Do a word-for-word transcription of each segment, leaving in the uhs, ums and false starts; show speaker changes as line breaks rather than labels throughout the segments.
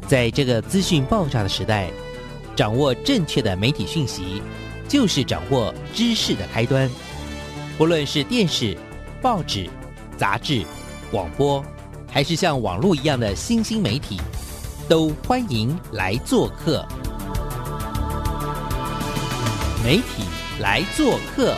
在这个资讯爆炸的时代，掌握正确的媒体讯息，就是掌握知识的开端。不论是电视、报纸、杂志、广播，还是像网络一样的新兴媒体，都欢迎来做客。媒体来做客。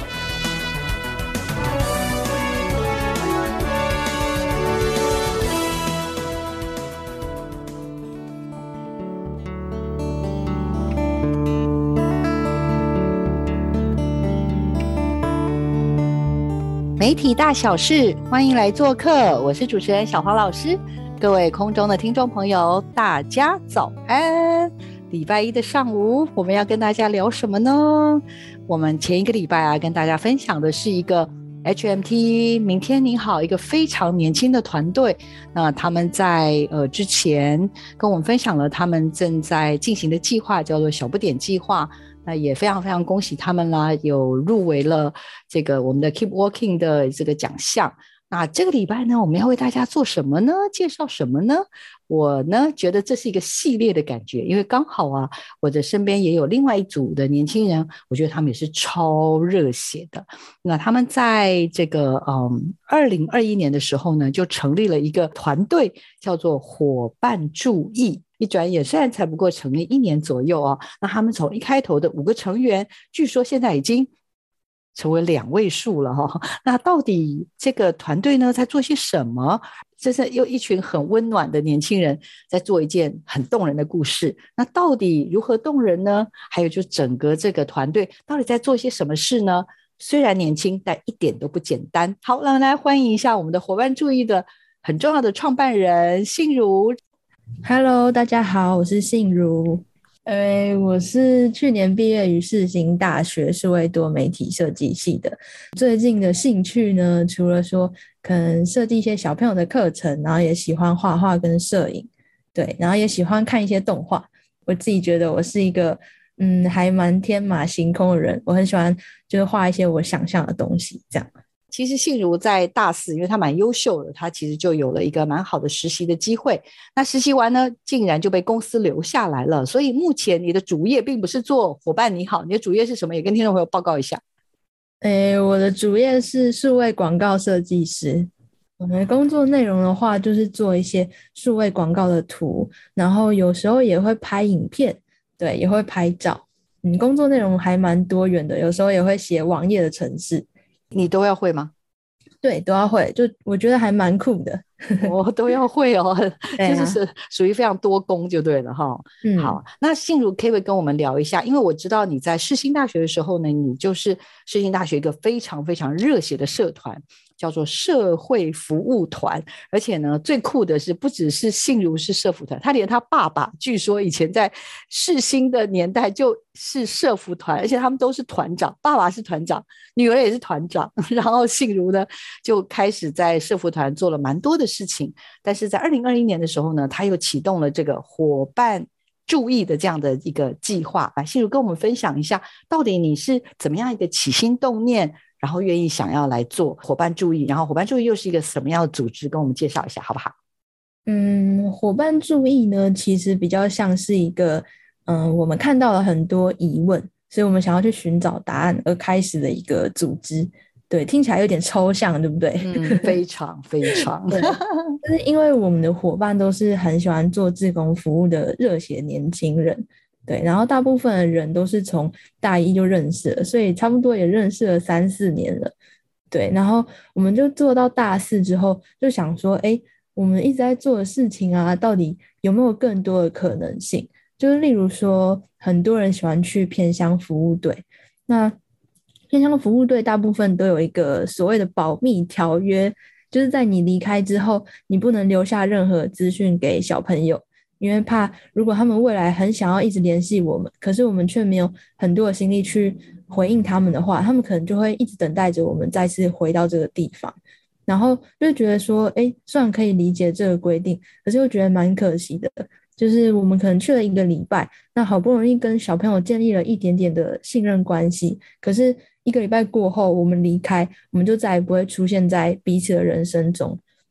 媒体大小事，欢迎来做客，我是主持人小黄老师。各位空中的听众朋友，大家早安。礼拜一的上午，我们要跟大家聊什么呢？我们前一个礼拜啊，跟大家分享的是一个 H M T 明天你好，一个非常年轻的团队。那他们在呃之前跟我们分享了他们正在进行的计划，叫做小不点计划。那也非常非常恭喜他们啦，有入围了这个我们的 Keep Walking 的这个奖项。那这个礼拜呢，我们要为大家做什么呢？介绍什么呢？我呢觉得这是一个系列的感觉，因为刚好啊，我的身边也有另外一组的年轻人，我觉得他们也是超热血的。那他们在这个嗯二零二一年的时候呢，就成立了一个团队，叫做伙伴注意。一转眼虽然才不过成立一年左右哦，那他们从一开头的五个成员，据说现在已经成为两位数了哈。那到底这个团队呢在做些什么？这是又一群很温暖的年轻人在做一件很动人的故事。那到底如何动人呢？还有就整个这个团队到底在做些什么事呢？虽然年轻，但一点都不简单。好，那来欢迎一下我们的伙伴注意的很重要的创办人信如。
Hello， 大家好，我是信如。呃，我是去年毕业于世新大学数位多媒体设计系的。最近的兴趣呢，除了说可能设计一些小朋友的课程，然后也喜欢画画跟摄影，对，然后也喜欢看一些动画。我自己觉得我是一个嗯，还蛮天马行空的人，我很喜欢就是画一些我想象的东西，这样。
其实信如在大四，因为他蛮优秀的，他其实就有了一个蛮好的实习的机会。那实习完呢，竟然就被公司留下来了。所以目前你的主业并不是做伙伴你好，你的主业是什么？也跟听众朋友报告一下。
诶，我的主业是数位广告设计师。我们工作内容的话，就是做一些数位广告的图，然后有时候也会拍影片，对，也会拍照。嗯，工作内容还蛮多元的，有时候也会写网页的程式。
你都要会吗？
对，都要会，就我觉得还蛮酷的。
我都要会哦，
啊、
就是属于非常多工就对了哈。嗯，好，那信如可不可以跟我们聊一下？因为我知道你在世新大学的时候呢，你就是世新大学一个非常非常热血的社团，叫做社会服务团。而且呢，最酷的是不只是信如是社服团，他连他爸爸据说以前在世新的年代就是社服团，而且他们都是团长，爸爸是团长，女儿也是团长。然后信如呢就开始在社服团做了蛮多的事情，但是在二零二一年的时候呢，他又启动了这个伙伴注意的这样的一个计划。来，信如跟我们分享一下，到底你是怎么样一个起心动念，然后愿意想要来做伙伴注意，然后伙伴注意又是一个什么样的组织，跟我们介绍一下好不好？
嗯，伙伴注意呢，其实比较像是一个嗯，我们看到了很多疑问，所以我们想要去寻找答案而开始的一个组织。对，听起来有点抽象，对不对？
嗯，非常非常。
但是因为我们的伙伴都是很喜欢做志工服务的热血年轻人，对，然后大部分的人都是从大一就认识了，所以差不多也认识了三四年了。对，然后我们就做到大四之后，就想说，哎，我们一直在做的事情啊，到底有没有更多的可能性？就是例如说，很多人喜欢去偏乡服务队，那偏乡服务队大部分都有一个所谓的保密条约，就是在你离开之后，你不能留下任何资讯给小朋友，因为怕如果他们未来很想要一直联系我们，可是我们却没有很多的心力去回应他们的话，他们可能就会一直等待着我们再次回到这个地方。然后就觉得说，哎，虽然可以理解这个规定，可是又觉得蛮可惜的。就是我们可能去了一个礼拜，那好不容易跟小朋友建立了一点点的信任关系，可是一个礼拜过后我们离开，我们就再也不会出现在彼此的人生中。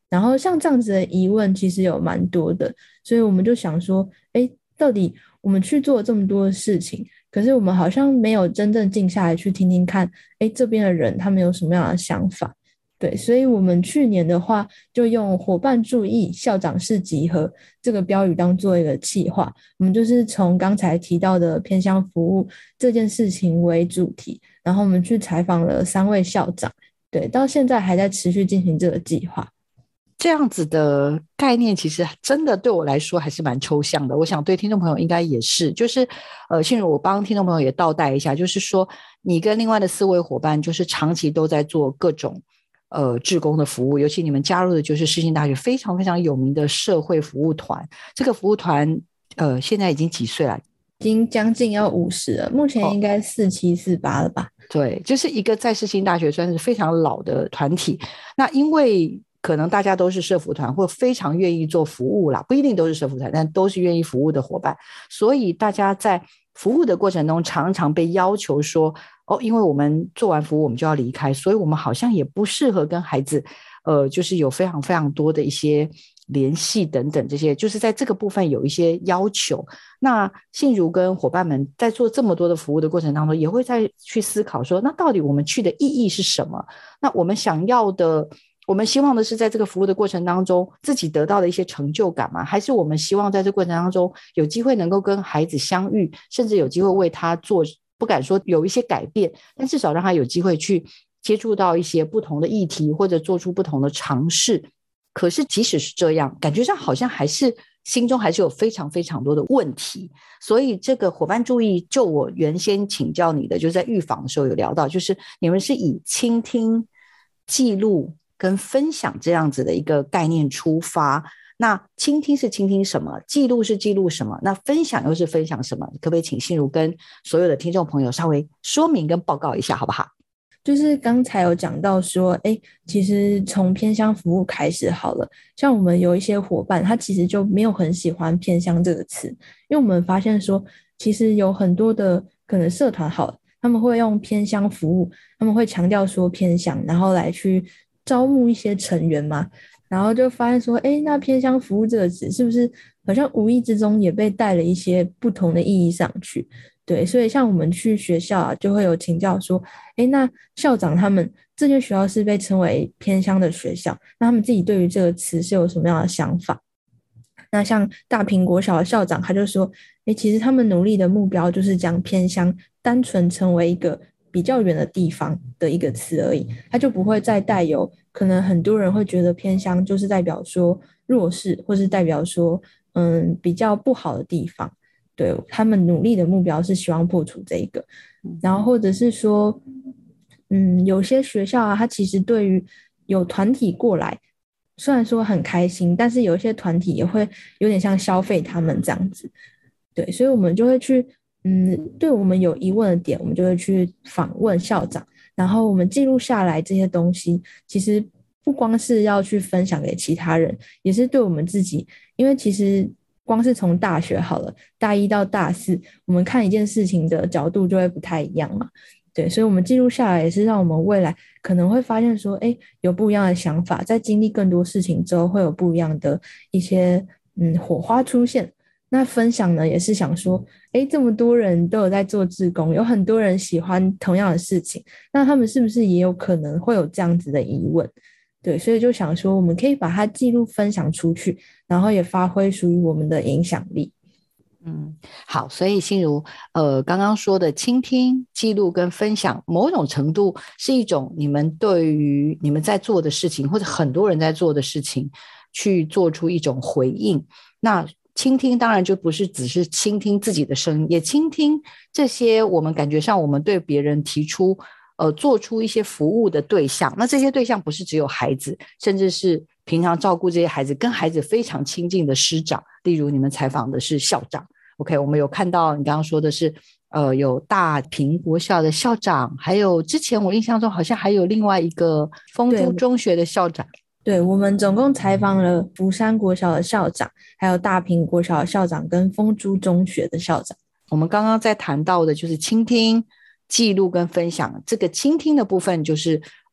然后像这样子的疑问其实有蛮多的，所以我们就想说，哎，到底我们去做这么多的事情，可是我们好像没有真正静下来去听听看，哎，这边的人他们有什么样的想法。对，所以我们去年的话就用伙伴注意，校长式集合这个标语当做一个企划，我们就是从刚才提到的偏乡服务这件事情为主题，然后我们去采访了三位校长，对，到现在还在持续进行这个计划。
这样子的概念其实真的对我来说还是蛮抽象的，我想对听众朋友应该也是，就是呃，信如我帮听众朋友也倒带一下，就是说你跟另外的四位伙伴就是长期都在做各种呃志工的服务，尤其你们加入的就是世新大学非常非常有名的社会服务团，这个服务团呃现在已经几岁了？
已经将近要五十了，目前应该四七四八了吧？
对，就是一个在世新大学算是非常老的团体。那因为可能大家都是社服团或非常愿意做服务啦，不一定都是社服团，但都是愿意服务的伙伴，所以大家在服务的过程中常常被要求说，哦，因为我们做完服务我们就要离开，所以我们好像也不适合跟孩子呃，就是有非常非常多的一些联系等等，这些就是在这个部分有一些要求。那信如跟伙伴们在做这么多的服务的过程当中，也会再去思考说，那到底我们去的意义是什么？那我们想要的，我们希望的是在这个服务的过程当中自己得到的一些成就感吗？还是我们希望在这个过程当中有机会能够跟孩子相遇，甚至有机会为他做，不敢说有一些改变，但至少让他有机会去接触到一些不同的议题，或者做出不同的尝试。可是即使是这样，感觉上好像还是心中还是有非常非常多的问题。所以这个伙伴注意，就我原先请教你的，就是在预访的时候有聊到，就是你们是以倾听、记录跟分享这样子的一个概念出发。那倾听是倾听什么？记录是记录什么？那分享又是分享什么？可不可以请信如跟所有的听众朋友稍微说明跟报告一下好不好？
就是刚才有讲到说，哎，其实从偏乡服务开始好了，像我们有一些伙伴他其实就没有很喜欢偏乡这个词，因为我们发现说其实有很多的可能社团好了，他们会用偏乡服务，他们会强调说偏乡，然后来去招募一些成员嘛，然后就发现说，哎，那偏乡服务这个词是不是好像无意之中也被带了一些不同的意义上去？对，所以像我们去学校啊，就会有请教说，哎，那校长他们这间学校是被称为偏乡的学校，那他们自己对于这个词是有什么样的想法？那像大坪国小的校长他就说，哎，其实他们努力的目标就是将偏乡单纯成为一个比较远的地方的一个词而已，他就不会再带有可能很多人会觉得偏乡就是代表说弱势，或是代表说嗯比较不好的地方。对，他们努力的目标是希望破除这一个，然后或者是说，嗯，有些学校啊，它其实对于有团体过来，虽然说很开心，但是有一些团体也会有点像消费他们这样子。对，所以我们就会去，嗯，对我们有疑问的点，我们就会去访问校长，然后我们记录下来这些东西，其实不光是要去分享给其他人，也是对我们自己，因为其实光是从大学好了，大一到大四，我们看一件事情的角度就会不太一样嘛。对，所以我们记录下来也是让我们未来可能会发现说，哎，有不一样的想法，在经历更多事情之后，会有不一样的一些嗯火花出现。那分享呢，也是想说，哎，这么多人都有在做志工，有很多人喜欢同样的事情，那他们是不是也有可能会有这样子的疑问？对，所以就想说，我们可以把它记录分享出去，然后也发挥属于我们的影响力。
嗯，好，所以心如，呃，刚刚说的倾听、记录跟分享，某种程度是一种你们对于你们在做的事情，或者很多人在做的事情，去做出一种回应。那倾听当然就不是只是倾听自己的声音，也倾听这些我们感觉上我们对别人提出呃，做出一些服务的对象，那这些对象不是只有孩子，甚至是平常照顾这些孩子跟孩子非常亲近的师长，例如你们采访的是校长 OK， 我们有看到你刚刚说的是呃，有大坪国小的校长，还有之前我印象中好像还有另外一个丰珠中学的校长。
对，我们总共采访了福山国小的校长，还有大坪国小的校长跟丰珠中学的校长。
我们刚刚在谈到的就是倾听、记录跟分享，这个倾听的部分就是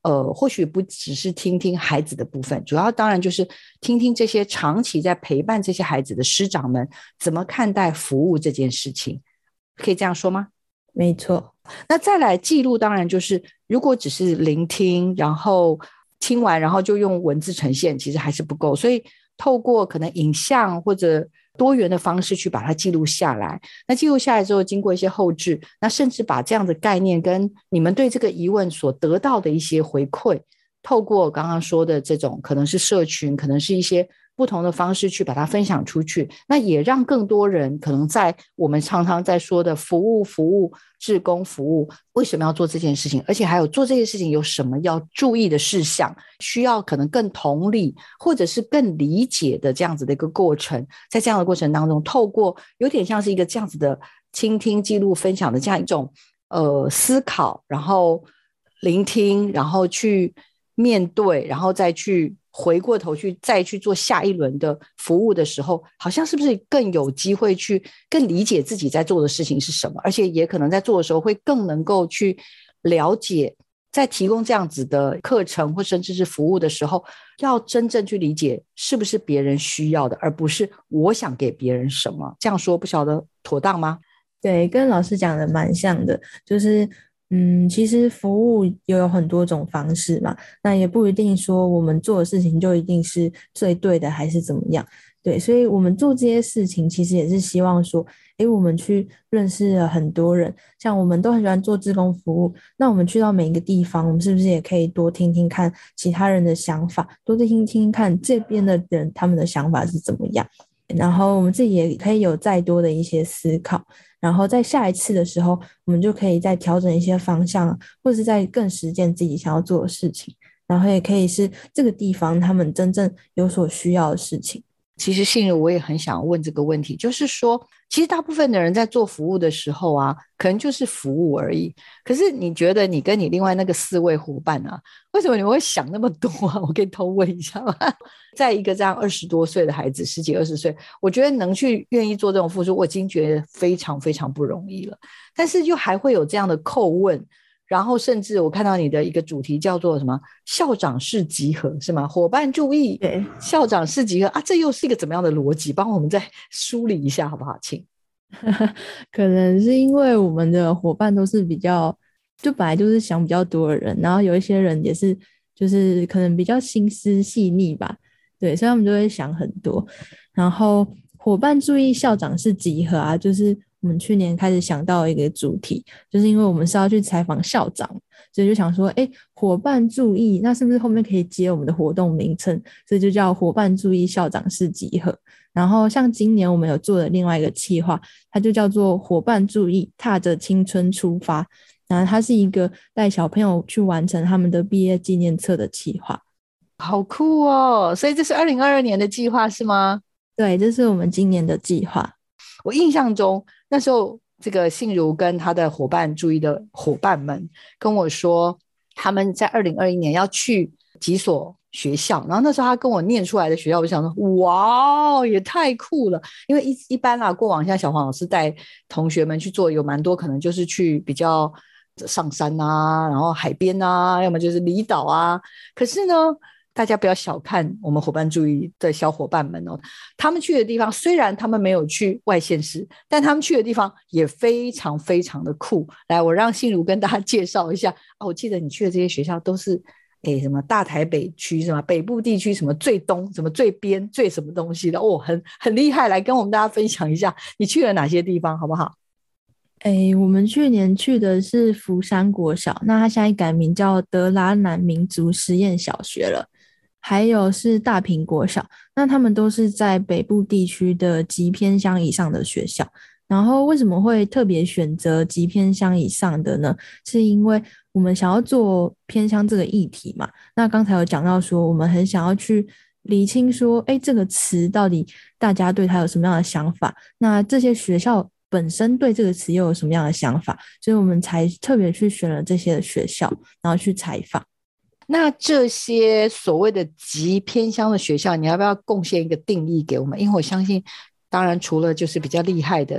呃，或许不只是听听孩子的部分，主要当然就是听听这些长期在陪伴这些孩子的师长们怎么看待服务这件事情，可以这样说吗？
没错。
那再来记录，当然就是如果只是聆听，然后听完然后就用文字呈现，其实还是不够，所以透过可能影像或者多元的方式去把它记录下来。那记录下来之后，经过一些后制，那甚至把这样的概念跟你们对这个疑问所得到的一些回馈，透过刚刚说的这种可能是社群，可能是一些不同的方式去把它分享出去，那也让更多人可能在我们常常在说的服务服务志工服务，为什么要做这件事情，而且还有做这件事情有什么要注意的事项，需要可能更同理或者是更理解的这样子的一个过程，在这样的过程当中，透过有点像是一个这样子的倾听记录分享的这样一种呃思考，然后聆听，然后去面对，然后再去回过头去再去做下一轮的服务的时候，好像是不是更有机会去更理解自己在做的事情是什么，而且也可能在做的时候会更能够去了解，在提供这样子的课程或甚至是服务的时候，要真正去理解是不是别人需要的，而不是我想给别人什么。这样说不晓得妥当吗？
对，跟老师讲的蛮像的，就是嗯，其实服务也有很多种方式嘛，那也不一定说我们做的事情就一定是最对的还是怎么样。对，所以我们做这些事情其实也是希望说，诶，我们去认识了很多人，像我们都很喜欢做志工服务，那我们去到每一个地方，我们是不是也可以多听听看其他人的想法，多听听看这边的人他们的想法是怎么样，然后我们自己也可以有再多的一些思考，然后在下一次的时候我们就可以再调整一些方向，或者是再更实践自己想要做的事情，然后也可以是这个地方他们真正有所需要的事情。
其实信如我也很想问这个问题，就是说其实大部分的人在做服务的时候啊，可能就是服务而已，可是你觉得你跟你另外那个四位伙伴啊，为什么你们会想那么多啊？我可以偷问一下吗？在一个这样二十多岁的孩子，十几二十岁，我觉得能去愿意做这种付出，我已经觉得非常非常不容易了，但是又还会有这样的叩问，然后甚至我看到你的一个主题叫做什么校长式集合是吗？伙伴注意，
对，
校长式集合啊，这又是一个怎么样的逻辑？帮我们再梳理一下好不好？请。
可能是因为我们的伙伴都是比较就本来就是想比较多的人，然后有一些人也是就是可能比较心思细腻吧，对，所以他们就会想很多。然后伙伴注意校长式集合啊，就是我们去年开始想到一个主题，就是因为我们是要去采访校长，所以就想说，哎，伙伴注意，那是不是后面可以接我们的活动名称？所以就叫伙伴注意校长式集合。然后像今年我们有做的另外一个企划，它就叫做伙伴注意，踏着青春出发。然后它是一个带小朋友去完成他们的毕业纪念册的企划。
好酷哦！所以这是二零二二年的计划是吗？
对，这是我们今年的计划。
我印象中那时候这个信如跟他的伙伴注意的伙伴们跟我说，他们在二零二一年要去几所学校，然后那时候他跟我念出来的学校，我就想说哇也太酷了，因为 一, 一般啦，过往像小黄老师带同学们去做有蛮多可能就是去比较上山啊，然后海边啊，要么就是离岛啊，可是呢大家不要小看我们伙伴注意的小伙伴们哦，他们去的地方虽然他们没有去外县市，但他们去的地方也非常非常的酷。来，我让信如跟大家介绍一下、哦、我记得你去的这些学校都是诶什么大台北区什么北部地区什么最东什么最边最什么东西的哦，很很厉害，来跟我们大家分享一下你去了哪些地方好不好？
诶，我们去年去的是福山国小，那它现在改名叫德拉南民族实验小学了。还有是大坪国小，那他们都是在北部地区的极偏乡以上的学校。然后为什么会特别选择极偏乡以上的呢？是因为我们想要做偏乡这个议题嘛。那刚才有讲到说，我们很想要去厘清说，哎，这个词到底大家对它有什么样的想法？那这些学校本身对这个词又有什么样的想法？所以我们才特别去选了这些的学校，然后去采访。
那这些所谓的极偏乡的学校，你要不要贡献一个定义给我们？因为我相信当然除了就是比较厉害的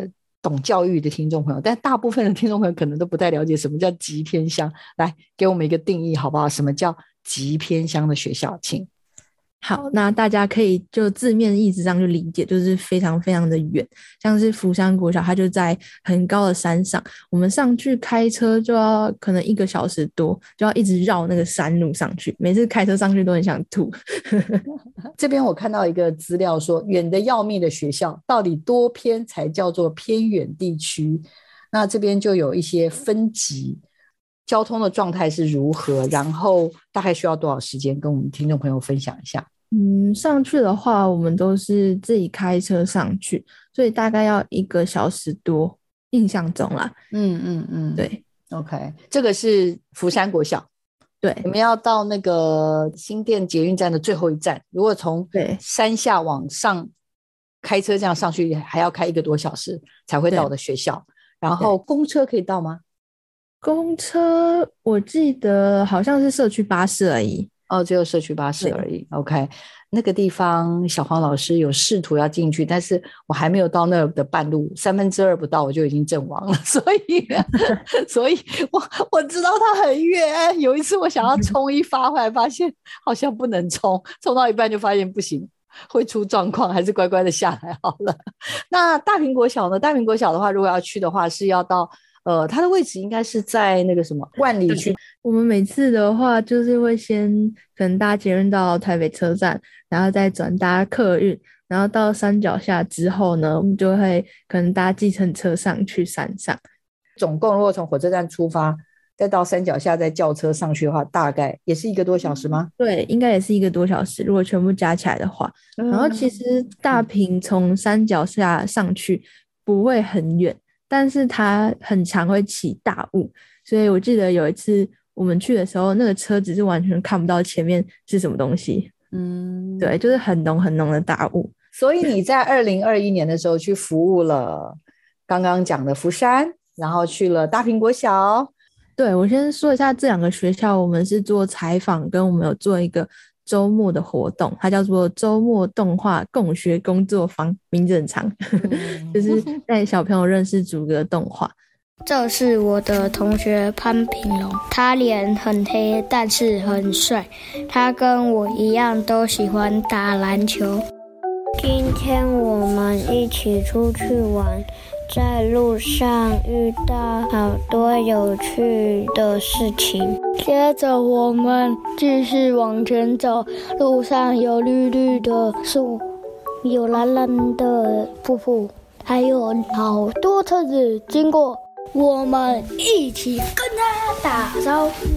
懂教育的听众朋友，但大部分的听众朋友可能都不太了解什么叫极偏乡。来，给我们一个定义好不好？什么叫极偏乡的学校？请。
好，那大家可以就字面意思上就理解，就是非常非常的远，像是福山国小，它就在很高的山上，我们上去开车就要可能一个小时多，就要一直绕那个山路上去，每次开车上去都很想吐。
这边我看到一个资料说，远的要命的学校到底多偏才叫做偏远地区？那这边就有一些分级，交通的状态是如何，然后大概需要多少时间，跟我们听众朋友分享一下。
嗯，上去的话我们都是自己开车上去，所以大概要一个小时多，印象中啦。
嗯嗯嗯，
对
OK， 这个是福山国小。
对，
我们要到那个新店捷运站的最后一站，如果从山下往上开车这样上去还要开一个多小时才会到我的学校。然后公车可以到吗？
公车我记得好像是社区巴士而已。
哦，只有社区巴士而已。 OK， 那个地方小黄老师有试图要进去，但是我还没有到那儿的半路，三分之二不到我就已经阵亡了，所以所以我我知道它很远。有一次我想要冲一发，后来发现好像不能冲，冲到一半就发现不行，会出状况，还是乖乖的下来好了。那大苹果小呢？大苹果小的话，如果要去的话是要到呃，它的位置应该是在那个什么万里区。
我们每次的话就是会先可能搭捷运到台北车站，然后再转搭客运，然后到山脚下之后呢，我们就会可能搭计程车上去山上。
总共如果从火车站出发再到山脚下再叫车上去的话，大概也是一个多小时吗？
对，应该也是一个多小时，如果全部加起来的话。嗯、然后其实大坪从山脚下上去不会很远，但是它很常会起大雾，所以我记得有一次我们去的时候，那个车子是完全看不到前面是什么东西。嗯，对，就是很浓很浓的大雾。
所以你在二零二一年的时候去服务了刚刚讲的福山，然后去了大苹果小。
对，我先说一下这两个学校，我们是做采访，跟我们有做一个周末的活动，它叫做周末动画共学工作坊，名字很长，嗯、就是带小朋友认识主角动画。
这是我的同学潘平龙，他脸很黑，但是很帅。他跟我一样都喜欢打篮球。今天我们一起出去玩，在路上遇到好多有趣的事情。接着我们继续往前走，路上有绿绿的树，有蓝蓝的瀑布，还有好多车子经过。我们一起跟他打招呼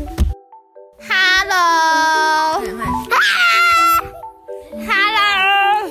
，Hello， Hello，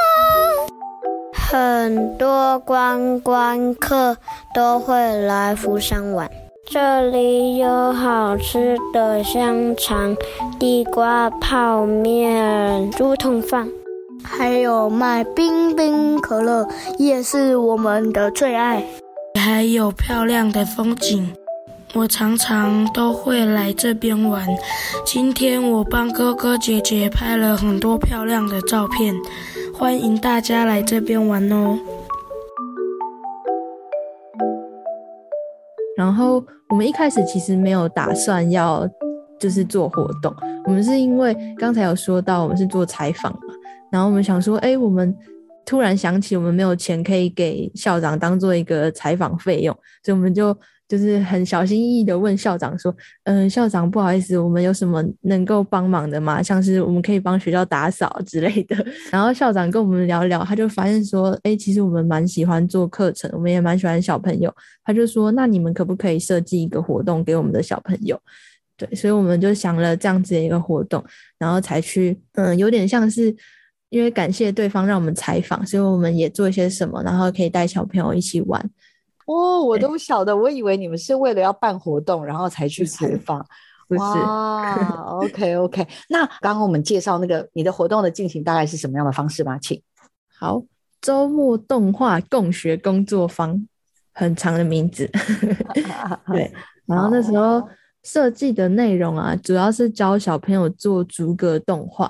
很多观光客都会来福山玩，这里有好吃的香肠、地瓜泡面、猪桶饭，还有卖冰冰可乐，也是我们的最爱。
还有漂亮的风景，我常常都会来这边玩。今天我帮哥哥姐姐拍了很多漂亮的照片，欢迎大家来这边玩哦。
然后我们一开始其实没有打算要就是做活动，我们是因为刚才有说到我们是做采访嘛，然后我们想说，哎，我们突然想起我们没有钱可以给校长当做一个采访费用，所以我们就就是很小心翼翼的问校长说，嗯，校长不好意思，我们有什么能够帮忙的吗？像是我们可以帮学校打扫之类的。然后校长跟我们聊聊，他就发现说，哎，其实我们蛮喜欢做课程，我们也蛮喜欢小朋友，他就说，那你们可不可以设计一个活动给我们的小朋友？对，所以我们就想了这样子的一个活动，然后才去，嗯，有点像是因为感谢对方让我们采访，所以我们也做一些什么，然后可以带小朋友一起玩。
哦，我都不晓得，我以为你们是为了要办活动然后才去采访。
不是，
哇，OK OK。那刚刚我们介绍那个你的活动的进行大概是什么样的方式吗？请。
好，周末动画共学工作坊，很长的名字。对，然后那时候设计的内容啊，主要是教小朋友做逐格动画。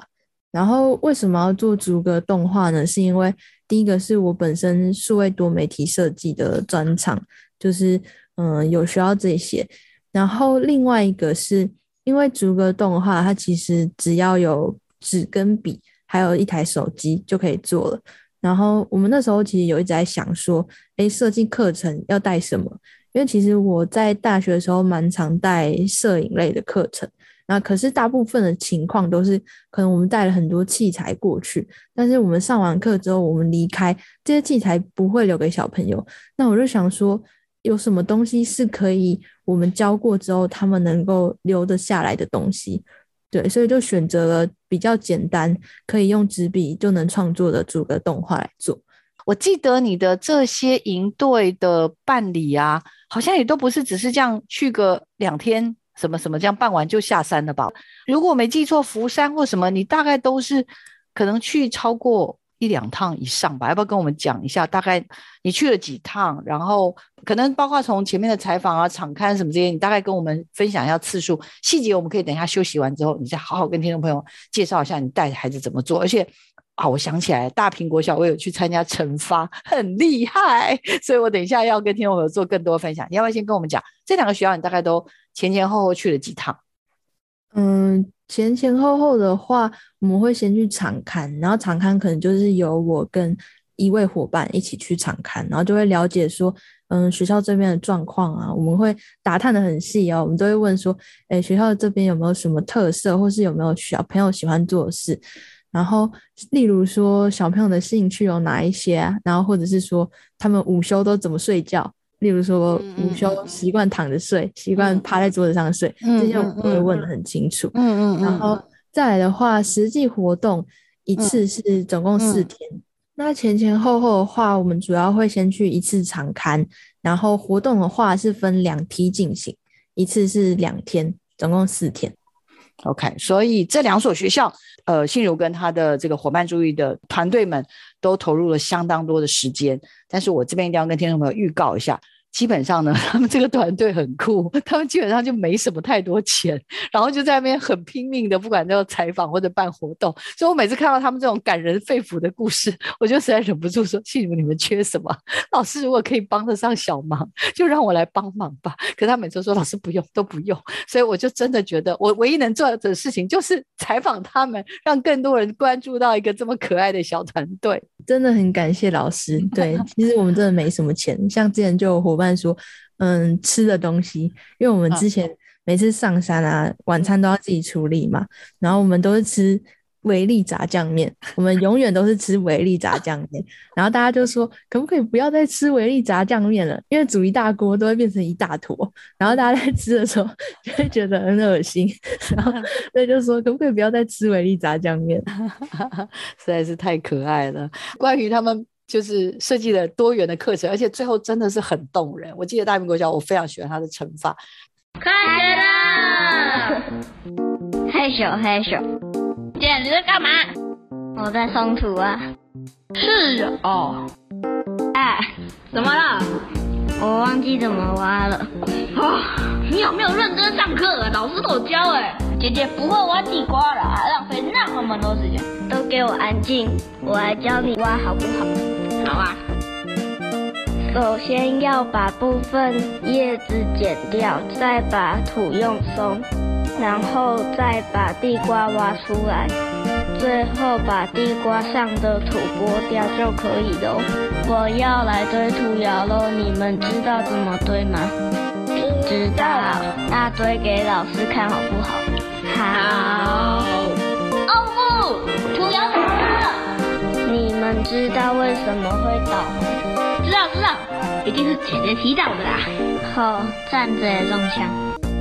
然后为什么要做逐格动画呢？是因为第一个是我本身数位多媒体设计的专长，就是嗯、呃、有需要这些。然后另外一个是因为逐格动画它其实只要有纸跟笔还有一台手机就可以做了。然后我们那时候其实有一直在想说，诶，设计课程要带什么？因为其实我在大学的时候蛮常带摄影类的课程，那可是大部分的情况都是可能我们带了很多器材过去，但是我们上完课之后我们离开，这些器材不会留给小朋友。那我就想说有什么东西是可以我们教过之后他们能够留得下来的东西。对，所以就选择了比较简单可以用纸笔就能创作的逐格动画来做。
我记得你的这些营队的办理啊，好像也都不是只是这样去个两天什么什么这样办完就下山了吧？如果我没记错，福山或什么你大概都是可能去超过一两趟以上吧？要不要跟我们讲一下大概你去了几趟，然后可能包括从前面的采访啊场刊什么这些，你大概跟我们分享一下次数细节，我们可以等一下休息完之后你再好好跟听众朋友介绍一下你带孩子怎么做。而且啊，我想起来大苹果小我有去参加惩罚，很厉害，所以我等一下要跟听众朋友做更多分享。你要不要先跟我们讲这两个学校你大概都前前后后去了几趟？
嗯，前前后后的话我们会先去场勘，然后场勘可能就是由我跟一位伙伴一起去场勘，然后就会了解说嗯，学校这边的状况啊，我们会打探得很细哦，我们都会问说诶，学校这边有没有什么特色，或是有没有小朋友喜欢做的事，然后例如说小朋友的兴趣有哪一些啊，然后或者是说他们午休都怎么睡觉，例如说午休习惯躺着睡，习惯趴在桌子上睡，这些我们都会问得很清楚。嗯嗯，然后再来的话，实际活动一次是总共四天，那前前后后的话我们主要会先去一次场勘，然后活动的话是分两梯进行，一次是两天，总共四天。
OK， 所以这两所学校呃，信如跟他的这个伙伴注意的团队们都投入了相当多的时间，但是我这边一定要跟听众朋友预告一下，基本上呢他们这个团队很酷，他们基本上就没什么太多钱，然后就在那边很拼命的不管要采访或者办活动，所以我每次看到他们这种感人肺腑的故事，我就实在忍不住说信如你们缺什么，老师如果可以帮得上小忙就让我来帮忙吧。可是他每次说老师不用都不用，所以我就真的觉得我唯一能做的事情就是采访他们，让更多人关注到一个这么可爱的小团队。
真的很感谢老师。对，其实我们真的没什么钱，像之前就有伙伴说嗯，吃的东西，因为我们之前每次上山啊晚餐都要自己处理嘛，然后我们都是吃维力炸酱面，我们永远都是吃维力炸酱面，然后大家就说可不可以不要再吃维力炸酱面了，因为煮一大锅都会变成一大坨，然后大家在吃的时候就会觉得很恶心，然后所以就说可不可以不要再吃维力炸酱面
实在是太可爱了。关于他们就是设计了多元的课程，而且最后真的是很动人。我记得大苹果小我非常喜欢他的惩罚。
开学了！害羞害羞。姐，你在干嘛？我在松土啊。是哦。哎，怎么了？我忘记怎么挖了。哦，你有没有认真上课啊？老师都有教哎。姐姐不会挖地瓜了，浪费那么多时间。都给我安静，我来教你挖好不好？好啊。首先要把部分叶子剪掉，再把土用松，然后再把地瓜挖出来，最后把地瓜上的土剥掉就可以咯。我要来堆土窑咯，你们知道怎么堆吗？知道，那堆给老师看好不好？好。哦不，土窑倒了！你们知道为什么会倒吗？知道知道，一定是姐姐提到的啦。好，站着也中枪。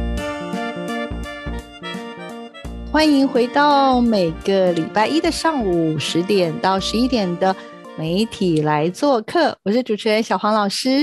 欢迎回到每个礼拜一的上午十点到十一点的媒体来做客，我是主持人小黄老师。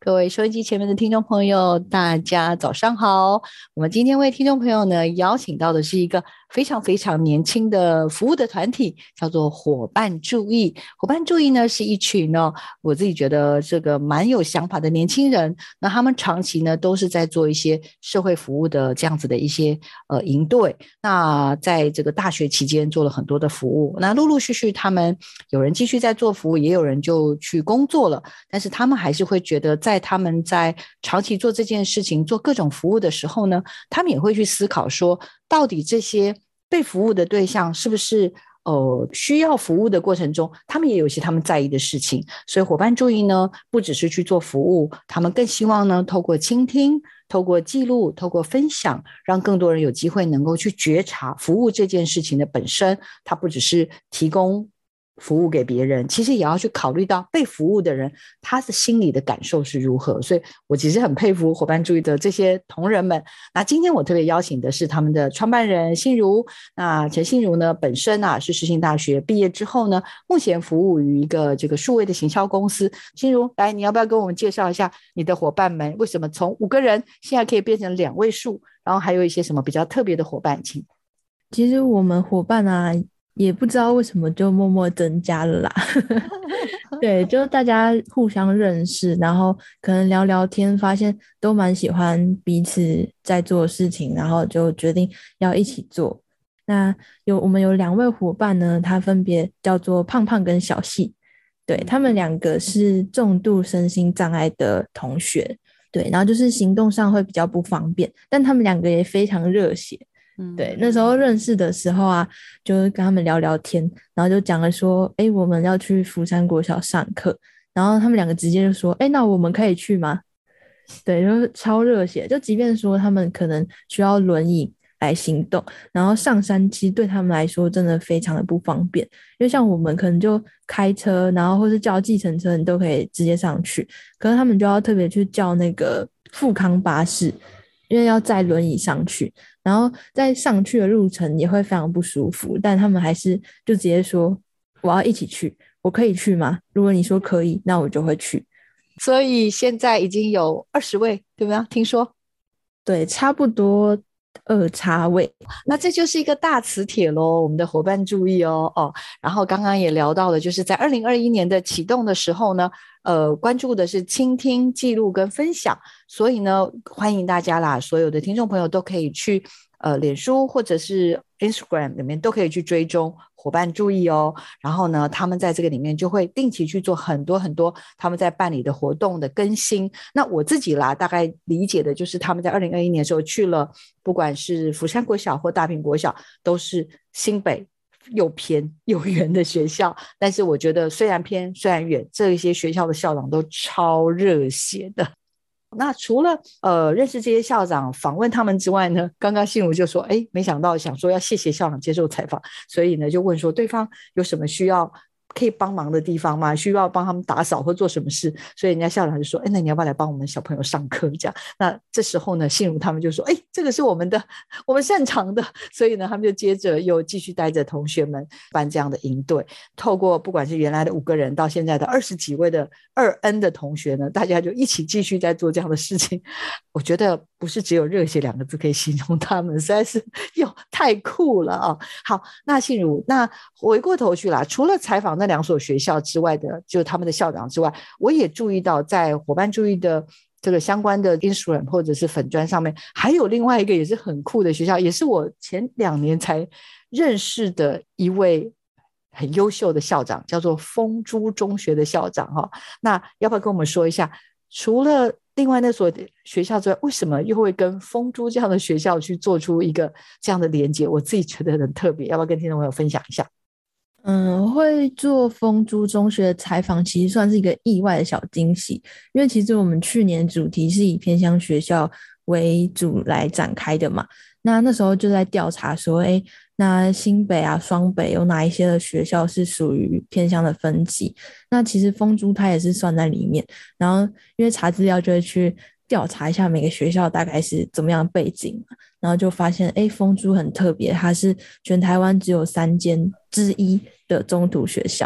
各位收音机前面的听众朋友，大家早上好。我们今天为听众朋友呢邀请到的是一个非常非常年轻的服务的团体，叫做伙伴注意。伙伴注意呢是一群呢，我自己觉得这个蛮有想法的年轻人。那他们长期呢都是在做一些社会服务的这样子的一些呃营队。那在这个大学期间做了很多的服务。那陆陆续续他们有人继续在做服务，也有人就去工作了。但是他们还是会觉得，在他们在长期做这件事情、做各种服务的时候呢，他们也会去思考说，到底这些被服务的对象是不是呃需要服务的过程中，他们也有一些他们在意的事情。所以伙伴注意呢，不只是去做服务，他们更希望呢，透过倾听、透过记录、透过分享，让更多人有机会能够去觉察服务这件事情的本身，它不只是提供服务给别人，其实也要去考虑到被服务的人他的心里的感受是如何。所以我其实很佩服伙伴注意的这些同仁们。那今天我特别邀请的是他们的创办人信如。那陈信如呢，本身啊是世新大学毕业之后呢，目前服务于一个这个数位的行销公司。信如，来，你要不要跟我们介绍一下你的伙伴们为什么从五个人现在可以变成两位数，然后还有一些什么比较特别的伙伴？请。
其实我们伙伴啊也不知道为什么就默默增加了啦对，就大家互相认识，然后可能聊聊天，发现都蛮喜欢彼此在做的事情，然后就决定要一起做。那有我们有两位伙伴呢，他分别叫做胖胖跟小细。对，他们两个是重度身心障碍的同学，对，然后就是行动上会比较不方便，但他们两个也非常热血。对，那时候认识的时候啊，就跟他们聊聊天，然后就讲了说，哎，我们要去福山国小上课，然后他们两个直接就说，哎，那我们可以去吗？对，就是超热血，就即便说他们可能需要轮椅来行动，然后上山其实对他们来说真的非常的不方便，因为像我们可能就开车，然后或是叫计程车，你都可以直接上去，可是他们就要特别去叫那个富康巴士，因为要载轮椅上去，然后在上去的路程也会非常不舒服，但他们还是就直接说我要一起去，我可以去吗？如果你说可以，那我就会去。
所以现在已经有二十位，对吗？听说？
对，差不多二叉位。
那这就是一个大磁铁咯，我们的伙伴注意哦哦。然后刚刚也聊到了，就是在二零二一年的启动的时候呢，呃，关注的是倾听、记录跟分享，所以呢，欢迎大家啦，所有的听众朋友都可以去呃脸书或者是 Instagram 里面都可以去追踪伙伴注意哦。然后呢，他们在这个里面就会定期去做很多很多他们在办理的活动的更新。那我自己啦，大概理解的就是他们在二零二一年的时候去了，不管是福山国小或大坪国小，都是新北又偏又远的学校，但是我觉得虽然偏虽然远，这一些学校的校长都超热血的。那除了呃认识这些校长访问他们之外呢，刚刚信如就说哎，没想到想说要谢谢校长接受采访，所以呢就问说对方有什么需要可以帮忙的地方吗？需要帮他们打扫或做什么事？所以人家校长就说哎，那你要不要来帮我们小朋友上课这样？那这时候呢信如他们就说哎，这个是我们的我们擅长的，所以呢他们就接着又继续带着同学们办这样的营队，透过不管是原来的五个人到现在的二十几位的二 N 的同学呢，大家就一起继续在做这样的事情。我觉得不是只有热血两个字可以形容他们，实在是哟太酷了啊！好，那信如，那回过头去啦，除了采访那两所学校之外的，就是他们的校长之外，我也注意到在伙伴注意的这个相关的 Instagram 或者是粉专上面，还有另外一个也是很酷的学校，也是我前两年才认识的一位很优秀的校长，叫做丰珠中学的校长哈。那要不要跟我们说一下，除了另外那所学校之外，为什么又会跟丰珠这样的学校去做出一个这样的连结？我自己觉得很特别，要不要跟听众朋友分享一下？
嗯，会做丰珠中学的采访其实算是一个意外的小惊喜，因为其实我们去年主题是以偏乡学校为主来展开的嘛，那那时候就在调查说诶，那新北啊双北有哪一些的学校是属于偏乡的分级，那其实丰珠它也是算在里面，然后因为查资料就会去调查一下每个学校大概是怎么样的背景，然后就发现诶，丰珠很特别，它是全台湾只有三间之一的中途学校，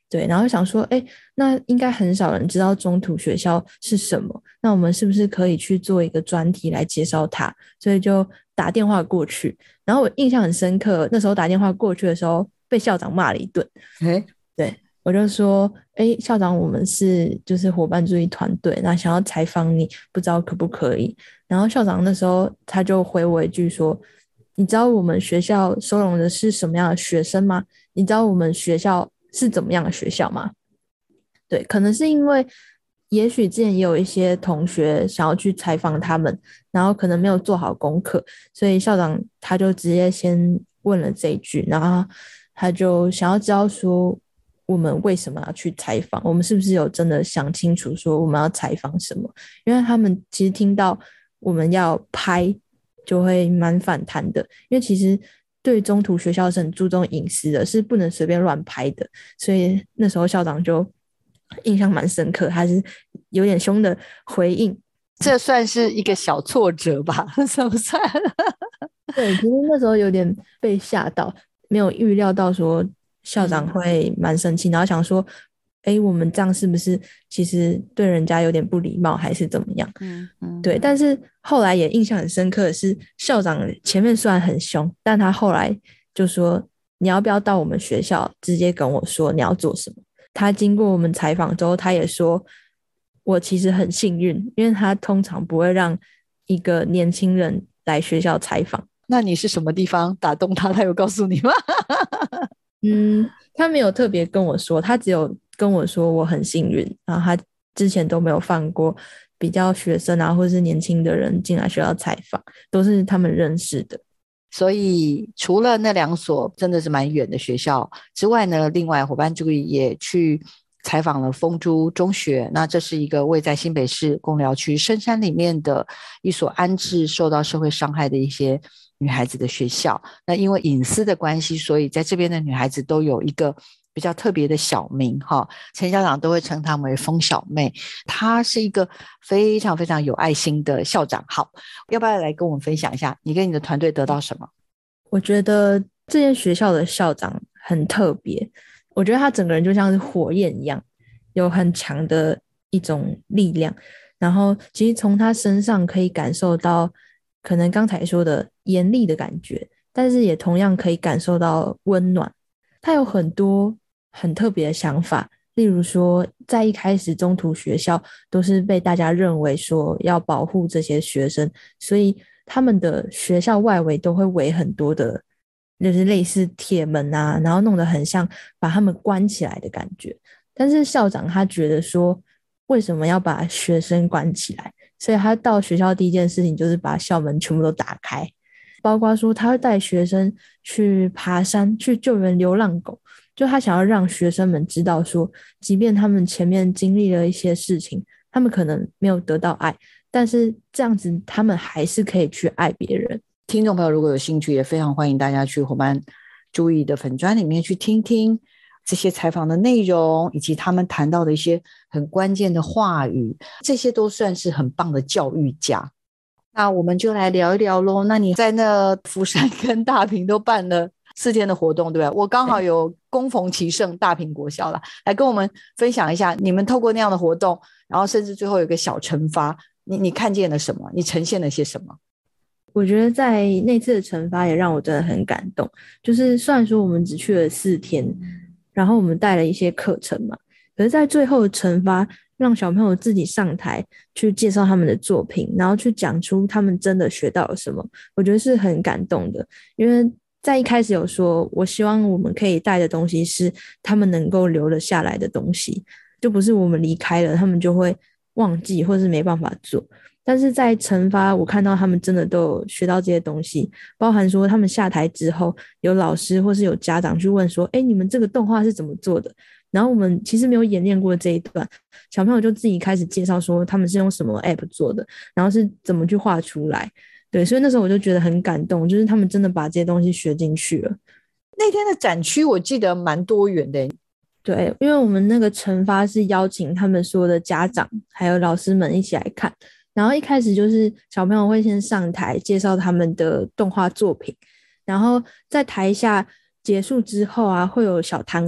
对，然后想说，哎，那应该很少人知道中途学校是什么，那我们是不是可以去做一个专题来介绍它？所以就打电话过去，然后我印象很深刻，那时候打电话过去的时候被校长骂了一顿。
诶
对，我就说，哎，校长，我们是就是伙伴注意团队，那想要采访你，不知道可不可以？然后校长那时候他就回我一句说，你知道我们学校收容的是什么样的学生吗？你知道我们学校是怎么样的学校吗？对，可能是因为也许之前也有一些同学想要去采访他们，然后可能没有做好功课，所以校长他就直接先问了这一句，然后他就想要知道说我们为什么要去采访，我们是不是有真的想清楚说我们要采访什么？因为他们其实听到我们要拍就会蛮反弹的，因为其实对中途学校是很注重隐私的，是不能随便乱拍的，所以那时候校长就印象蛮深刻，他是有点凶的回应。
这算是一个小挫折吧，算不算？
对，其实那时候有点被吓到，没有预料到说校长会蛮生气，然后想说哎，我们这样是不是其实对人家有点不礼貌还是怎么样？
嗯嗯，
对，但是后来也印象很深刻的是，校长前面虽然很凶，但他后来就说你要不要到我们学校直接跟我说你要做什么。他经过我们采访之后，他也说我其实很幸运，因为他通常不会让一个年轻人来学校采访。
那你是什么地方打动他？他有告诉你吗？
嗯，他没有特别跟我说，他只有跟我说我很幸运，然后他之前都没有放过比较学生啊或者是年轻的人进来学校采访，都是他们认识的。
所以除了那两所真的是蛮远的学校之外呢，另外伙伴注意也去采访了丰珠中学，那这是一个位在新北市贡寮区深山里面的一所安置受到社会伤害的一些女孩子的学校。那因为隐私的关系，所以在这边的女孩子都有一个比较特别的小名哈，陈校长都会称她为风小妹，她是一个非常非常有爱心的校长。好，要不要来跟我们分享一下你跟你的团队得到什么？
我觉得这间学校的校长很特别，我觉得他整个人就像是火焰一样，有很强的一种力量，然后其实从他身上可以感受到可能刚才说的严厉的感觉，但是也同样可以感受到温暖。他有很多很特别的想法，例如说在一开始中途学校都是被大家认为说要保护这些学生，所以他们的学校外围都会围很多的就是类似铁门啊，然后弄得很像把他们关起来的感觉。但是校长他觉得说为什么要把学生关起来，所以他到学校第一件事情就是把校门全部都打开，包括说他会带学生去爬山去救援流浪狗，就他想要让学生们知道说即便他们前面经历了一些事情，他们可能没有得到爱，但是这样子他们还是可以去爱别人。
听众朋友如果有兴趣，也非常欢迎大家去伙伴注意的粉专里面去听听这些采访的内容，以及他们谈到的一些很关键的话语，这些都算是很棒的教育家。那我们就来聊一聊咯。那你在那福山跟大坪都办了四天的活动，对吧？我刚好有恭逢其盛大坪国小啦，来跟我们分享一下你们透过那样的活动，然后甚至最后有一个小惩罚，你你看见了什么？你呈现了些什么？
我觉得在那次的惩罚也让我真的很感动，就是虽然说我们只去了四天，然后我们带了一些课程嘛，可是在最后的惩罚让小朋友自己上台去介绍他们的作品，然后去讲出他们真的学到了什么，我觉得是很感动的。因为在一开始有说我希望我们可以带的东西是他们能够留得下来的东西，就不是我们离开了他们就会忘记或是没办法做。但是在惩罚我看到他们真的都有学到这些东西，包含说他们下台之后有老师或是有家长去问说诶你们这个动画是怎么做的，然后我们其实没有演练过这一段，小朋友就自己开始介绍说他们是用什么 app 做的，然后是怎么去画出来。对，所以那时候我就觉得很感动，就是他们真的把这些东西学进去了。
那天的展区我记得蛮多元的。
对，因为我们那个惩罚是邀请他们所有的家长还有老师们一起来看，然后一开始就是小朋友会先上台介绍他们的动画作品，然后在台下结束之后啊会有小摊位，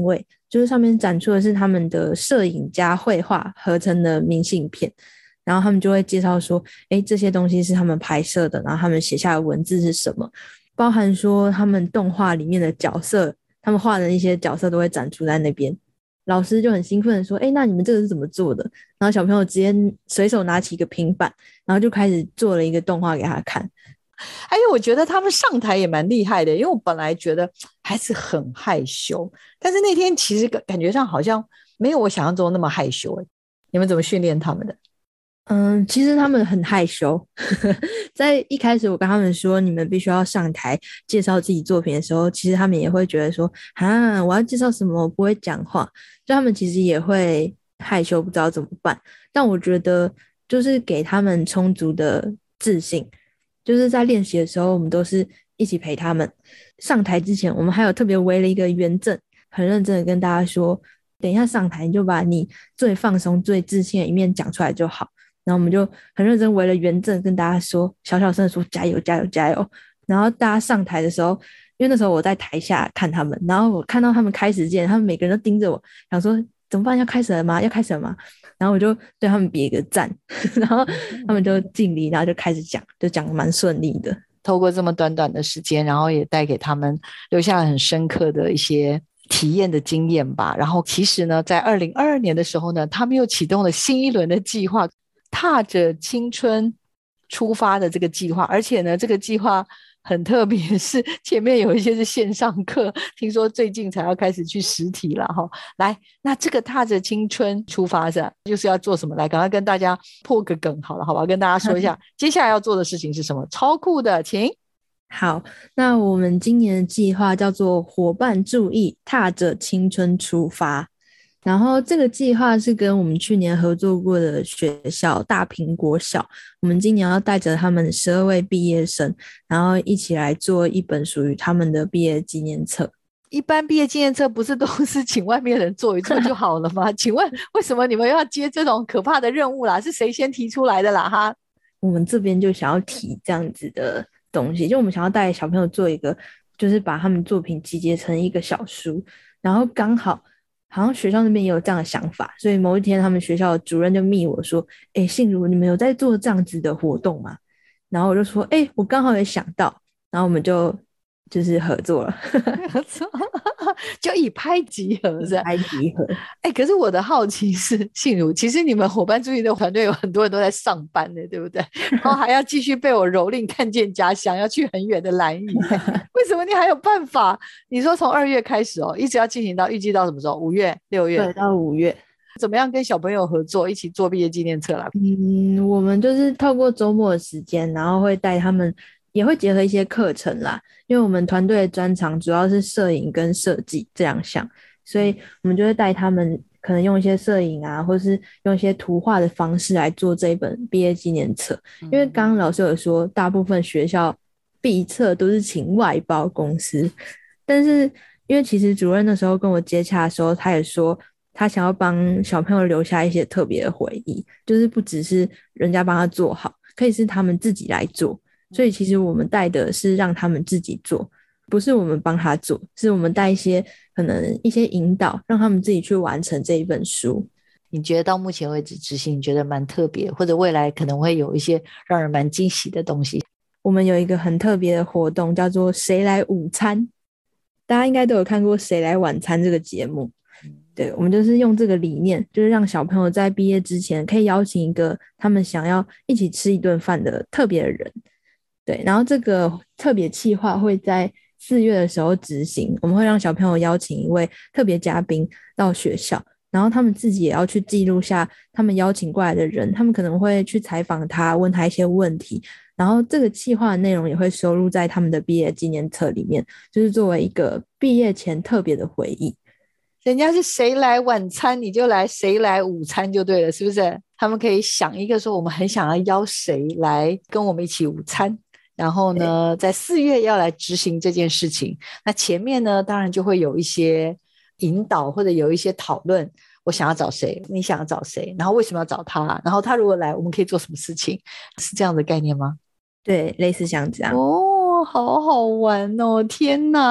就是上面展出的是他们的摄影加绘画合成的明信片，然后他们就会介绍说，诶，这些东西是他们拍摄的，然后他们写下的文字是什么，包含说他们动画里面的角色，他们画的一些角色都会展出在那边。老师就很兴奋的说，诶，那你们这个是怎么做的？然后小朋友直接随手拿起一个平板，然后就开始做了一个动画给他看。
还有我觉得他们上台也蛮厉害的，因为我本来觉得孩子很害羞，但是那天其实感觉上好像没有我想象中那么害羞。你们怎么训练他们的？
嗯，其实他们很害羞在一开始我跟他们说你们必须要上台介绍自己作品的时候，其实他们也会觉得说啊，我要介绍什么，我不会讲话，就他们其实也会害羞，不知道怎么办。但我觉得就是给他们充足的自信，就是在练习的时候我们都是一起陪他们。上台之前我们还有特别围了一个圆阵，很认真的跟大家说，等一下上台你就把你最放松最自信的一面讲出来就好。然后我们就很认真围了圆阵跟大家说，小小声的说加油加油加油。然后大家上台的时候，因为那时候我在台下看他们，然后我看到他们开始之前，他们每个人都盯着我，想说怎么办，要开始了吗？要开始了吗？然后我就对他们比一个赞然后他们就敬礼，然后就开始讲，就讲得蛮顺利的。
透过这么短短的时间，然后也带给他们留下了很深刻的一些体验的经验吧。然后其实呢，在二零二二年的时候呢，他们又启动了新一轮的计划，踏着青春出发的这个计划。而且呢，这个计划很特别，是前面有一些是线上课，听说最近才要开始去实体了哈。来，那这个踏着青春出发是就是要做什么？来，赶快跟大家破个梗好了，好吧？跟大家说一下接下来要做的事情是什么，超酷的，请。
好，那我们今年的计划叫做伙伴注意，踏着青春出发。然后这个计划是跟我们去年合作过的学校大坪国小，我们今年要带着他们十二位毕业生，然后一起来做一本属于他们的毕业纪念册。
一般毕业纪念册不是都是请外面人做一做就好了吗？请问为什么你们要接这种可怕的任务啦？是谁先提出来的啦哈？
我们这边就想要提这样子的东西，就我们想要带小朋友做一个，就是把他们作品集结成一个小书，然后刚好好像学校那边也有这样的想法，所以某一天他们学校的主任就密我说，诶，信如你们有在做这样子的活动吗？然后我就说，诶，我刚好也想到，然后我们就就是合作了
就以拍即合是吧？
拍即合。
哎，可是我的好奇是，信如，其实你们伙伴注意的团队有很多人都在上班的，对不对？然后还要继续被我蹂躏看见家乡，要去很远的兰屿为什么你还有办法？你说从二月开始哦，一直要进行到预计到什么时候？五月、六月？
对，到五月。
怎么样跟小朋友合作，一起做毕业纪念册啦？
嗯，我们就是透过周末的时间，然后会带他们，也会结合一些课程啦，因为我们团队的专长主要是摄影跟设计这两项，所以我们就会带他们可能用一些摄影啊，或是用一些图画的方式来做这一本毕业纪念册。因为刚刚老师有说，大部分学校毕册都是请外包公司，但是因为其实主任那时候跟我接洽的时候，他也说他想要帮小朋友留下一些特别的回忆，就是不只是人家帮他做好，可以是他们自己来做。所以其实我们带的是让他们自己做，不是我们帮他做，是我们带一些可能一些引导，让他们自己去完成这一本书。
你觉得到目前为止执行你觉得蛮特别，或者未来可能会有一些让人蛮惊喜的东西？
我们有一个很特别的活动叫做谁来午餐，大家应该都有看过谁来晚餐这个节目。对，我们就是用这个理念，就是让小朋友在毕业之前可以邀请一个他们想要一起吃一顿饭的特别的人。对，然后这个特别企划会在四月的时候执行，我们会让小朋友邀请一位特别嘉宾到学校，然后他们自己也要去记录下他们邀请过来的人，他们可能会去采访他，问他一些问题，然后这个企划的内容也会收录在他们的毕业纪念册里面，就是作为一个毕业前特别的回忆。
人家是谁来晚餐你就来谁来午餐就对了，是不是？他们可以想一个说我们很想要邀谁来跟我们一起午餐，然后呢在四月要来执行这件事情。那前面呢当然就会有一些引导或者有一些讨论，我想要找谁，你想要找谁，然后为什么要找他，然后他如果来我们可以做什么事情，是这样的概念吗？
对，类似像这样。
哦，好好玩哦，天哪！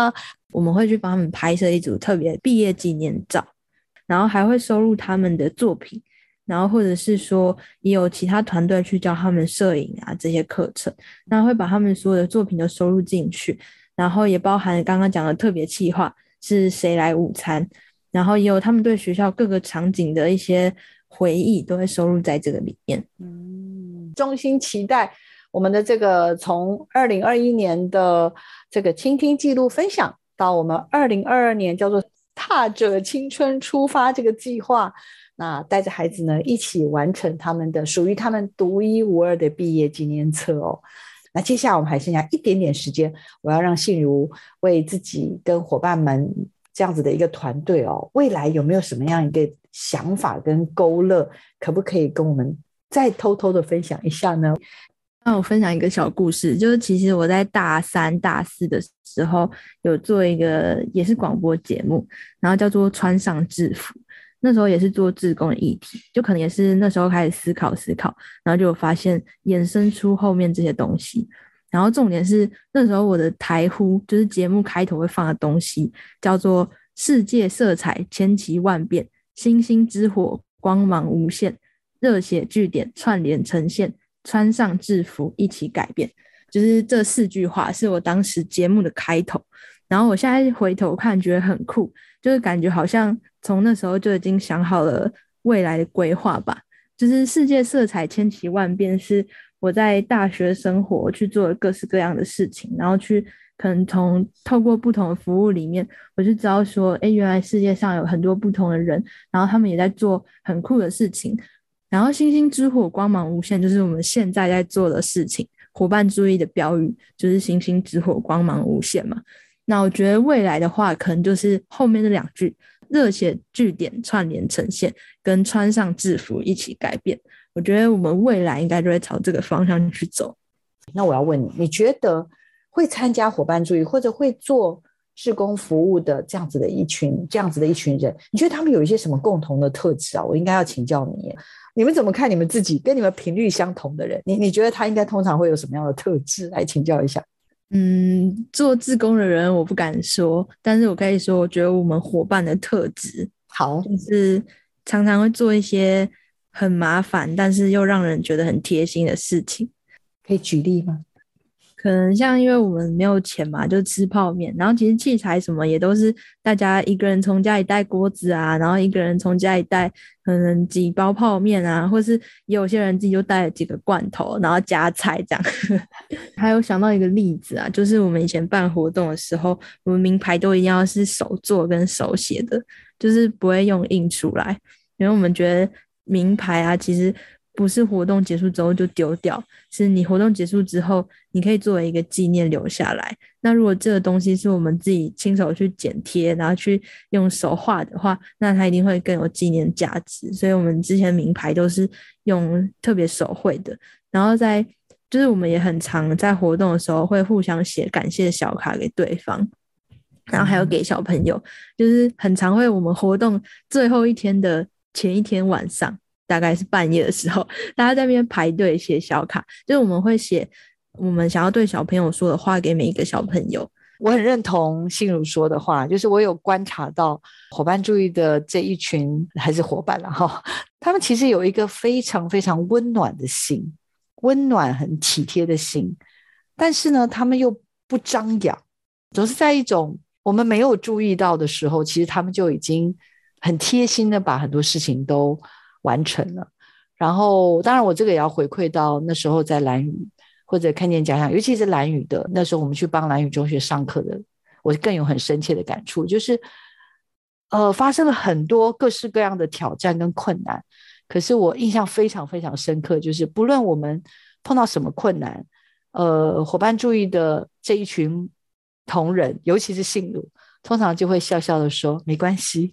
我们会去帮他们拍摄一组特别毕业纪念照，然后还会收录他们的作品，然后或者是说也有其他团队去教他们摄影啊这些课程，那会把他们所有的作品都收录进去，然后也包含刚刚讲的特别企划是谁来午餐，然后也有他们对学校各个场景的一些回忆都会收录在这个里面。
嗯，衷心期待我们的这个从二零二一年的这个倾听记录分享到我们二零二二年叫做踏着青春出发这个计划，那带着孩子呢一起完成他们的属于他们独一无二的毕业纪念册哦。那接下来我们还剩下一点点时间，我要让信如为自己跟伙伴们这样子的一个团队哦，未来有没有什么样一个想法跟勾勒，可不可以跟我们再偷偷的分享一下呢？
那我分享一个小故事，就是其实我在大三大四的时候有做一个也是广播节目，然后叫做穿上制服，那时候也是做志工的议题，就可能也是那时候开始思考思考，然后就有发现衍生出后面这些东西。然后重点是那时候我的台呼就是节目开头会放的东西叫做世界色彩千奇万变，星星之火光芒无限，热血据点串联呈现，穿上制服一起改变，就是这四句话是我当时节目的开头。然后我现在回头看觉得很酷，就是感觉好像从那时候就已经想好了未来的规划吧。就是世界色彩千奇万变是我在大学生活去做各式各样的事情，然后去可能从透过不同的服务里面我就知道说，诶，原来世界上有很多不同的人，然后他们也在做很酷的事情。然后星星之火光芒无限就是我们现在在做的事情，伙伴注意的标语就是星星之火光芒无限嘛。那我觉得未来的话可能就是后面这两句热血据点串联呈现跟穿上制服一起改变，我觉得我们未来应该就会朝这个方向去走。
那我要问你，你觉得会参加伙伴注意或者会做志工服务的这样子的一群这样子的一群人，你觉得他们有一些什么共同的特质啊？我应该要请教你，你们怎么看你们自己跟你们频率相同的人，你你觉得他应该通常会有什么样的特质？来请教一下。
嗯，做志工的人我不敢说，但是我可以说我觉得我们伙伴的特质
好，
就是常常会做一些很麻烦但是又让人觉得很贴心的事情。
可以举例吗？
可能像因为我们没有钱嘛，就吃泡面，然后其实器材什么也都是大家一个人从家里带锅子啊，然后一个人从家里带可能几包泡面啊，或是也有些人自己就带了几个罐头然后加菜这样还有想到一个例子啊，就是我们以前办活动的时候，我们名牌都一定要是手做跟手写的，就是不会用印出来，因为我们觉得名牌啊其实不是活动结束之后就丢掉，是你活动结束之后你可以作为一个纪念留下来。那如果这个东西是我们自己亲手去剪贴然后去用手画的话，那它一定会更有纪念价值，所以我们之前名牌都是用特别手绘的。然后在就是我们也很常在活动的时候会互相写感谢小卡给对方，然后还有给小朋友，就是很常会我们活动最后一天的前一天晚上大概是半夜的时候，大家在那边排队写小卡，就是我们会写我们想要对小朋友说的话给每一个小朋友。
我很认同信如说的话，就是我有观察到伙伴注意的这一群还是伙伴啦哈，他们其实有一个非常非常温暖的心，温暖很体贴的心，但是呢他们又不张扬，总是在一种我们没有注意到的时候，其实他们就已经很贴心的把很多事情都完成了。然后当然我这个也要回馈到那时候在兰屿或者看见家乡，尤其是兰屿的那时候我们去帮兰屿中学上课的，我更有很深切的感触，就是呃，发生了很多各式各样的挑战跟困难，可是我印象非常非常深刻，就是不论我们碰到什么困难，呃，伙伴注意的这一群同仁，尤其是信如，通常就会笑笑的说没关系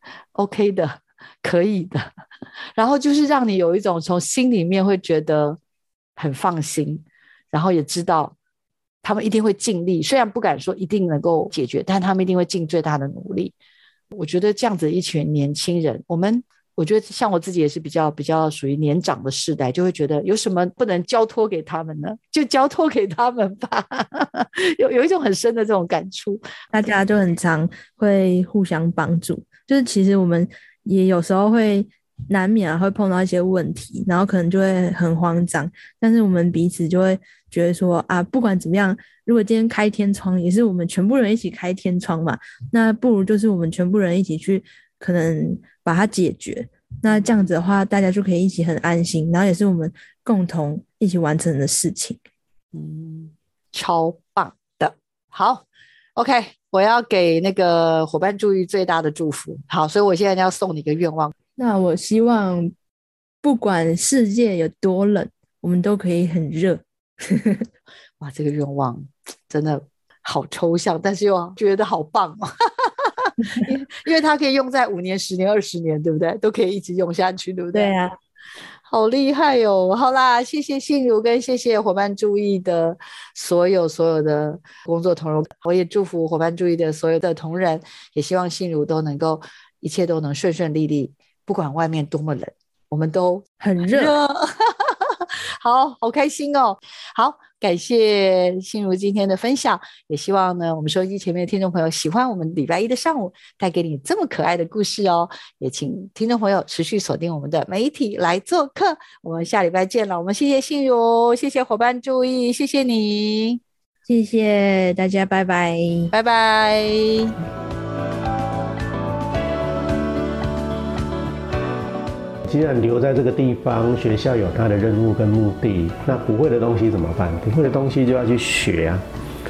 OK 的，可以的，然后就是让你有一种从心里面会觉得很放心，然后也知道他们一定会尽力，虽然不敢说一定能够解决，但他们一定会尽最大的努力。我觉得这样子一群年轻人，我们我觉得像我自己也是比较比较属于年长的世代，就会觉得有什么不能交托给他们呢？就交托给他们吧。有有一种很深的这种感触，
大家就很常会互相帮助，就是其实我们也有时候会难免啊会碰到一些问题，然后可能就会很慌张，但是我们彼此就会觉得说啊，不管怎么样，如果今天开天窗也是我们全部人一起开天窗嘛，那不如就是我们全部人一起去可能把它解决，那这样子的话大家就可以一起很安心，然后也是我们共同一起完成的事情。
嗯，超棒的。好 OK， 我要给那个伙伴注意最大的祝福。好，所以我现在要送你一个愿望。
那我希望不管世界有多冷，我们都可以很热。
哇，这个愿望真的好抽象，但是又觉得好棒哦。因为它可以用在五年、十年、二十年，对不对？都可以一直用下去，对不对？
对啊，
好厉害哦！好啦，谢谢信如跟谢谢伙伴注意的所有所有的工作同仁，我也祝福伙伴注意的所有的同仁，也希望信如都能够一切都能顺顺利利，不管外面多么冷，我们都
很热。
好好开心哦。好，感谢信如今天的分享，也希望呢我们收音机前面的听众朋友喜欢我们礼拜一的上午带给你这么可爱的故事哦。也请听众朋友持续锁定我们的媒体来做客，我们下礼拜见了。我们谢谢信如，谢谢伙伴注意，谢谢你，
谢谢大家，拜拜，
拜拜。
既然留在这个地方，学校有它的任务跟目的，那不会的东西怎么办？不会的东西就要去学啊。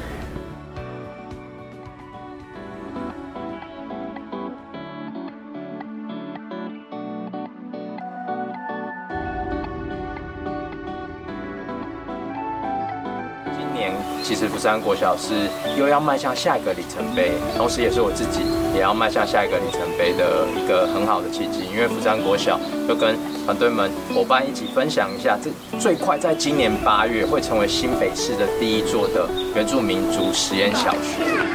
今年其实福山国小是又要迈向下一个里程碑，同时也是我自己也要迈向下一个里程碑的一个很好的契机。因为福山国小就跟团队们伙伴一起分享一下，这最快在今年八月会成为新北市的第一座的原住民族实验小学。